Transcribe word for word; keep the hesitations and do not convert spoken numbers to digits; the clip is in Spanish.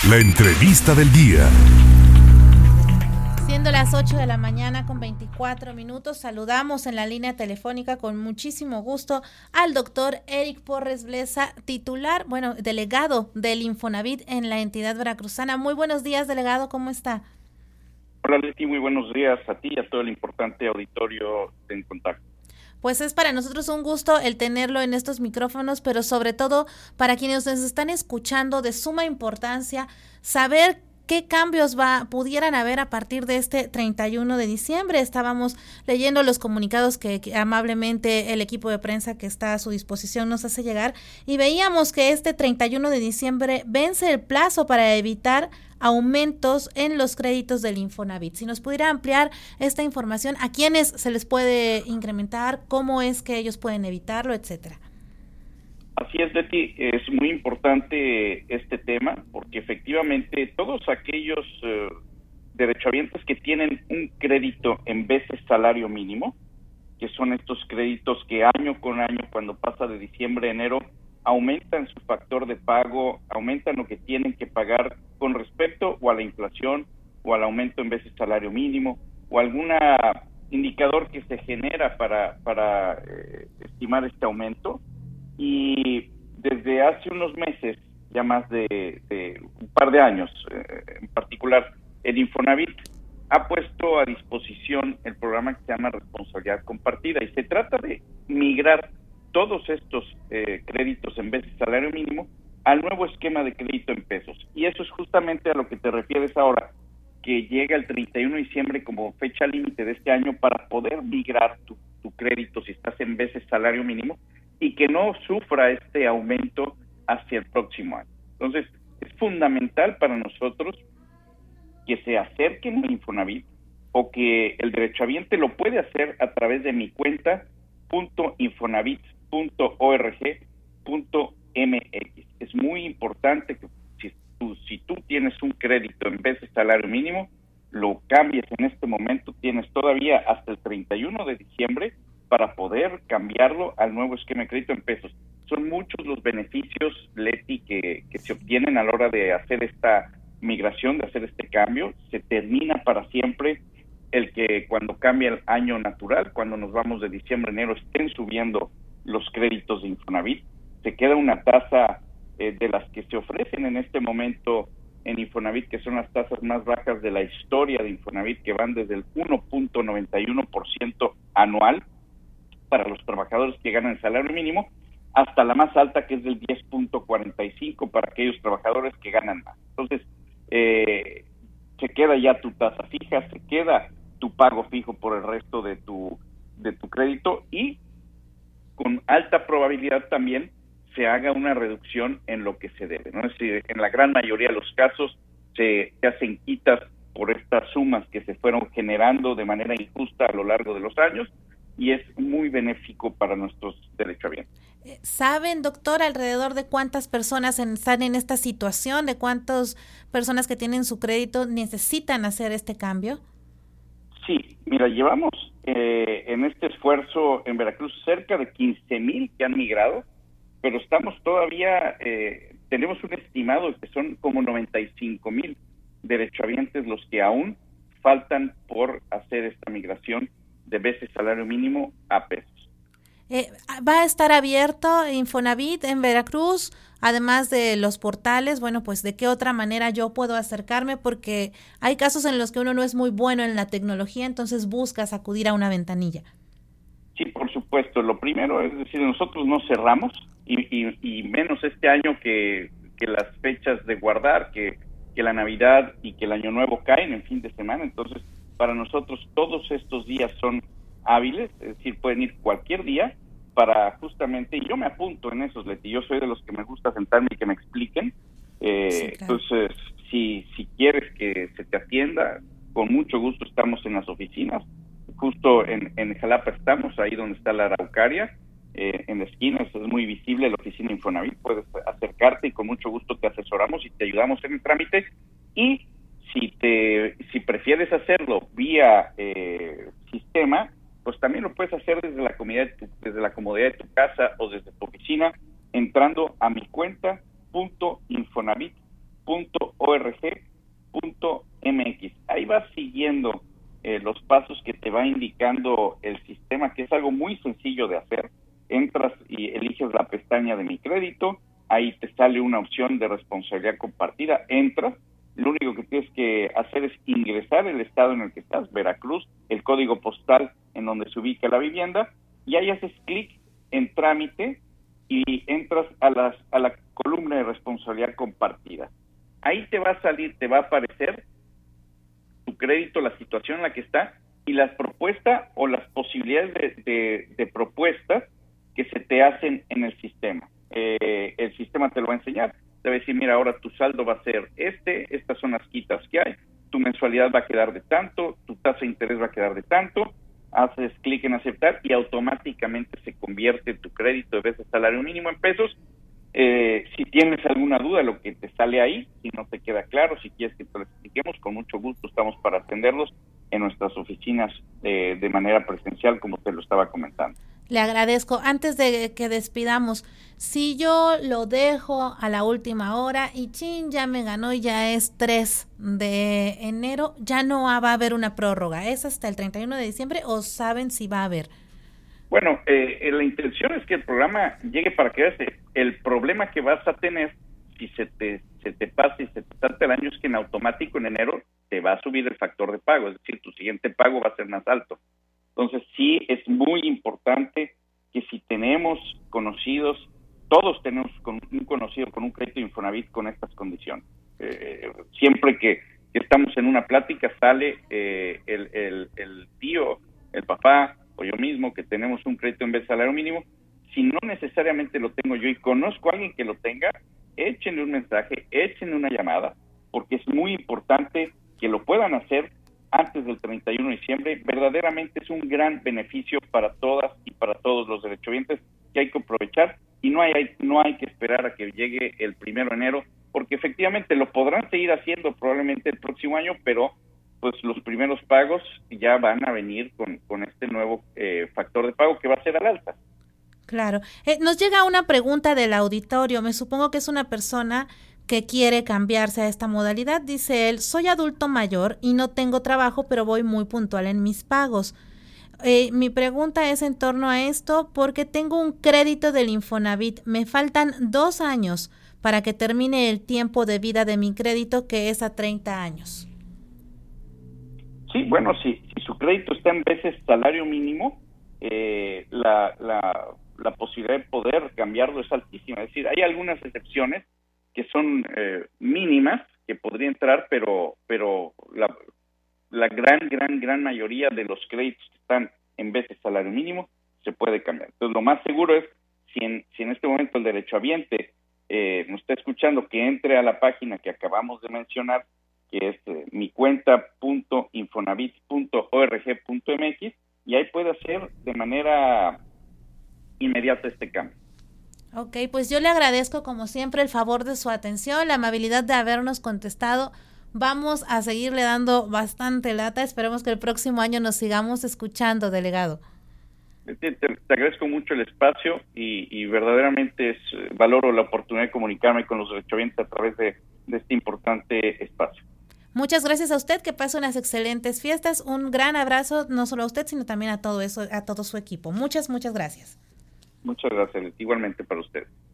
La entrevista del día. Siendo las ocho de la mañana con veinticuatro minutos, saludamos en la línea telefónica con muchísimo gusto al doctor Eric Porres Blesa, titular, bueno, delegado del Infonavit en la entidad veracruzana. Muy buenos días, delegado, ¿cómo está? Hola, Leti, muy buenos días a ti y a todo el importante auditorio En Contacto. Pues es para nosotros un gusto el tenerlo en estos micrófonos, pero sobre todo para quienes nos están escuchando, de suma importancia saber qué cambios va pudieran haber a partir de este treinta y uno de diciembre. Estábamos leyendo los comunicados que, que amablemente el equipo de prensa que está a su disposición nos hace llegar y veíamos que este treinta y uno de diciembre vence el plazo para evitar aumentos en los créditos del Infonavit. Si nos pudiera ampliar esta información, ¿a quiénes se les puede incrementar? ¿Cómo es que ellos pueden evitarlo, etcétera? Así es, Leti, es muy importante este tema porque efectivamente todos aquellos eh, derechohabientes que tienen un crédito en veces salario mínimo, que son estos créditos que año con año, cuando pasa de diciembre a enero, aumentan su factor de pago, aumentan lo que tienen que pagar con respecto o a la inflación o al aumento en veces salario mínimo o algún indicador que se genera para, para eh, estimar este aumento. Y desde hace unos meses, ya más de, de un par de años eh, en particular, el Infonavit ha puesto a disposición el programa que se llama Responsabilidad Compartida y se trata de migrar todos estos eh, créditos en vez de salario mínimo al nuevo esquema de crédito en pesos. Y eso es justamente a lo que te refieres ahora, que llega el treinta y uno de diciembre como fecha límite de este año para poder migrar tu, tu crédito si estás en veces salario mínimo y que no sufra este aumento hacia el próximo año. Entonces, es fundamental para nosotros que se acerquen al Infonavit o que el derechohabiente lo puede hacer a través de mi cuenta punto infonavit punto org punto mx. Es muy importante que si tú, si tú tienes un crédito en vez de salario mínimo, lo cambies en este momento. Tienes todavía hasta el treinta y uno de diciembre para poder cambiarlo al nuevo esquema de crédito en pesos. Son muchos los beneficios, Leti, que, que se obtienen a la hora de hacer esta migración, de hacer este cambio. Se termina para siempre el que cuando cambia el año natural, cuando nos vamos de diciembre a enero, estén subiendo los créditos de Infonavit. Se queda una tasa eh, de las que se ofrecen en este momento en Infonavit, que son las tasas más bajas de la historia de Infonavit, que van desde el uno punto noventa y uno por ciento anual para los trabajadores que ganan el salario mínimo, hasta la más alta, que es del diez punto cuarenta y cinco para aquellos trabajadores que ganan más. Entonces, eh, se queda ya tu tasa fija, se queda tu pago fijo por el resto de tu de tu crédito y con alta probabilidad también se haga una reducción en lo que se debe, ¿no? Es decir, en la gran mayoría de los casos se, se hacen quitas por estas sumas que se fueron generando de manera injusta a lo largo de los años y es muy benéfico para nuestros derechohabientes. ¿Saben, doctor, alrededor de cuántas personas están en esta situación, de cuántas personas que tienen su crédito necesitan hacer este cambio? Sí, mira, llevamos eh, en este esfuerzo en Veracruz cerca de quince mil que han migrado, pero estamos todavía, eh, tenemos un estimado que son como noventa y cinco mil derechohabientes los que aún faltan por hacer esta migración de veces salario mínimo a pesos. Eh, ¿Va a estar abierto Infonavit en Veracruz, además de los portales? Bueno, pues ¿de qué otra manera yo puedo acercarme? Porque hay casos en los que uno no es muy bueno en la tecnología, entonces buscas acudir a una ventanilla. Sí, por supuesto. Lo primero es decir, nosotros no cerramos y, y, y menos este año que, que las fechas de guardar, que, que la Navidad y que el Año Nuevo caen en fin de semana. Entonces, para nosotros todos estos días son hábiles, es decir, pueden ir cualquier día para justamente, y yo me apunto en esos, Leti, yo soy de los que me gusta sentarme y que me expliquen, eh, sí, claro. Entonces, si, si quieres que se te atienda, con mucho gusto estamos en las oficinas, justo en, en Jalapa estamos, ahí donde está la Araucaria, eh, en la esquina, es muy visible la oficina Infonavit, puedes acercarte y con mucho gusto te asesoramos y te ayudamos en el trámite, y si te si prefieres hacerlo vía eh, sistema, pues también lo puedes hacer desde la comodidad de tu, desde la comodidad de tu casa o desde tu oficina, entrando a mi cuenta punto infonavit punto org punto mx. Ahí vas siguiendo eh, los pasos que te va indicando el sistema, que es algo muy sencillo de hacer. Entras y eliges la pestaña de Mi Crédito, ahí te sale una opción de responsabilidad compartida, entras, lo único que tienes que hacer es ingresar el estado en el que estás, Veracruz, el código postal en donde se ubica la vivienda, y ahí haces clic en trámite y entras a las a la columna de responsabilidad compartida. Ahí te va a salir, te va a aparecer tu crédito, la situación en la que está y las propuestas o las posibilidades de, de, de propuestas que se te hacen en el sistema. Eh, el sistema te lo va a enseñar, te va a decir, mira, ahora tu saldo va a ser este, estas son las quitas que hay, tu mensualidad va a quedar de tanto, tu tasa de interés va a quedar de tanto, haces clic en aceptar y automáticamente se convierte tu crédito de veces salario mínimo en pesos. Eh, si tienes alguna duda, lo que te sale ahí, si no te queda claro, si quieres que te lo expliquemos, con mucho gusto estamos para atenderlos en nuestras oficinas eh, de manera presencial, como te lo estaba comentando. Le agradezco. Antes de que despidamos, si yo lo dejo a la última hora y chin, ya me ganó y ya es tres de enero, ya no va a haber una prórroga. ¿Es hasta el treinta y uno de diciembre o saben si va a haber? Bueno, eh, la intención es que el programa llegue para quedarse. El problema que vas a tener, si se te, se te pasa y se te salta el año, es que en automático en enero te va a subir el factor de pago, es decir, tu siguiente pago va a ser más alto. Entonces sí es muy importante que si tenemos conocidos, todos tenemos con un conocido con un crédito Infonavit con estas condiciones. Eh, siempre que, que estamos en una plática sale eh, el, el, el tío, el papá o yo mismo que tenemos un crédito en vez de salario mínimo. Si no necesariamente lo tengo yo y conozco a alguien que lo tenga, échenle un mensaje, échenle una llamada, porque es muy importante que lo puedan hacer antes del treinta y uno de diciembre. Verdaderamente es un gran beneficio para todas y para todos los derechohabientes que hay que aprovechar y no hay, no hay que esperar a que llegue el primero de enero, porque efectivamente lo podrán seguir haciendo probablemente el próximo año, pero pues los primeros pagos ya van a venir con, con este nuevo eh, factor de pago que va a ser al alza. Claro. Eh, nos llega una pregunta del auditorio, me supongo que es una persona que quiere cambiarse a esta modalidad. Dice él, soy adulto mayor y no tengo trabajo, pero voy muy puntual en mis pagos. Eh, mi pregunta es en torno a esto, porque tengo un crédito del Infonavit, me faltan dos años para que termine el tiempo de vida de mi crédito, que es a treinta años. Sí, bueno, si, si su crédito está en veces salario mínimo, eh, la, la, la posibilidad de poder cambiarlo es altísima. Es decir, hay algunas excepciones que son eh, mínimas, que podría entrar, pero pero la, la gran, gran, gran mayoría de los créditos que están en veces salario mínimo se puede cambiar. Entonces, lo más seguro es, si en, si en este momento el derechohabiente eh, nos está escuchando, que entre a la página que acabamos de mencionar, que es eh, mi cuenta punto infonavit punto org punto mx, y ahí puede hacer de manera inmediata este cambio. Ok, pues yo le agradezco como siempre el favor de su atención, la amabilidad de habernos contestado. Vamos a seguirle dando bastante lata, esperemos que el próximo año nos sigamos escuchando, delegado. Te, te, te agradezco mucho el espacio y, y verdaderamente es, valoro la oportunidad de comunicarme con los derechohabientes a través de, de este importante espacio. Muchas gracias a usted, que pase unas excelentes fiestas, un gran abrazo no solo a usted, sino también a todo eso, a todo su equipo. Muchas, muchas gracias. Muchas gracias, igualmente para usted.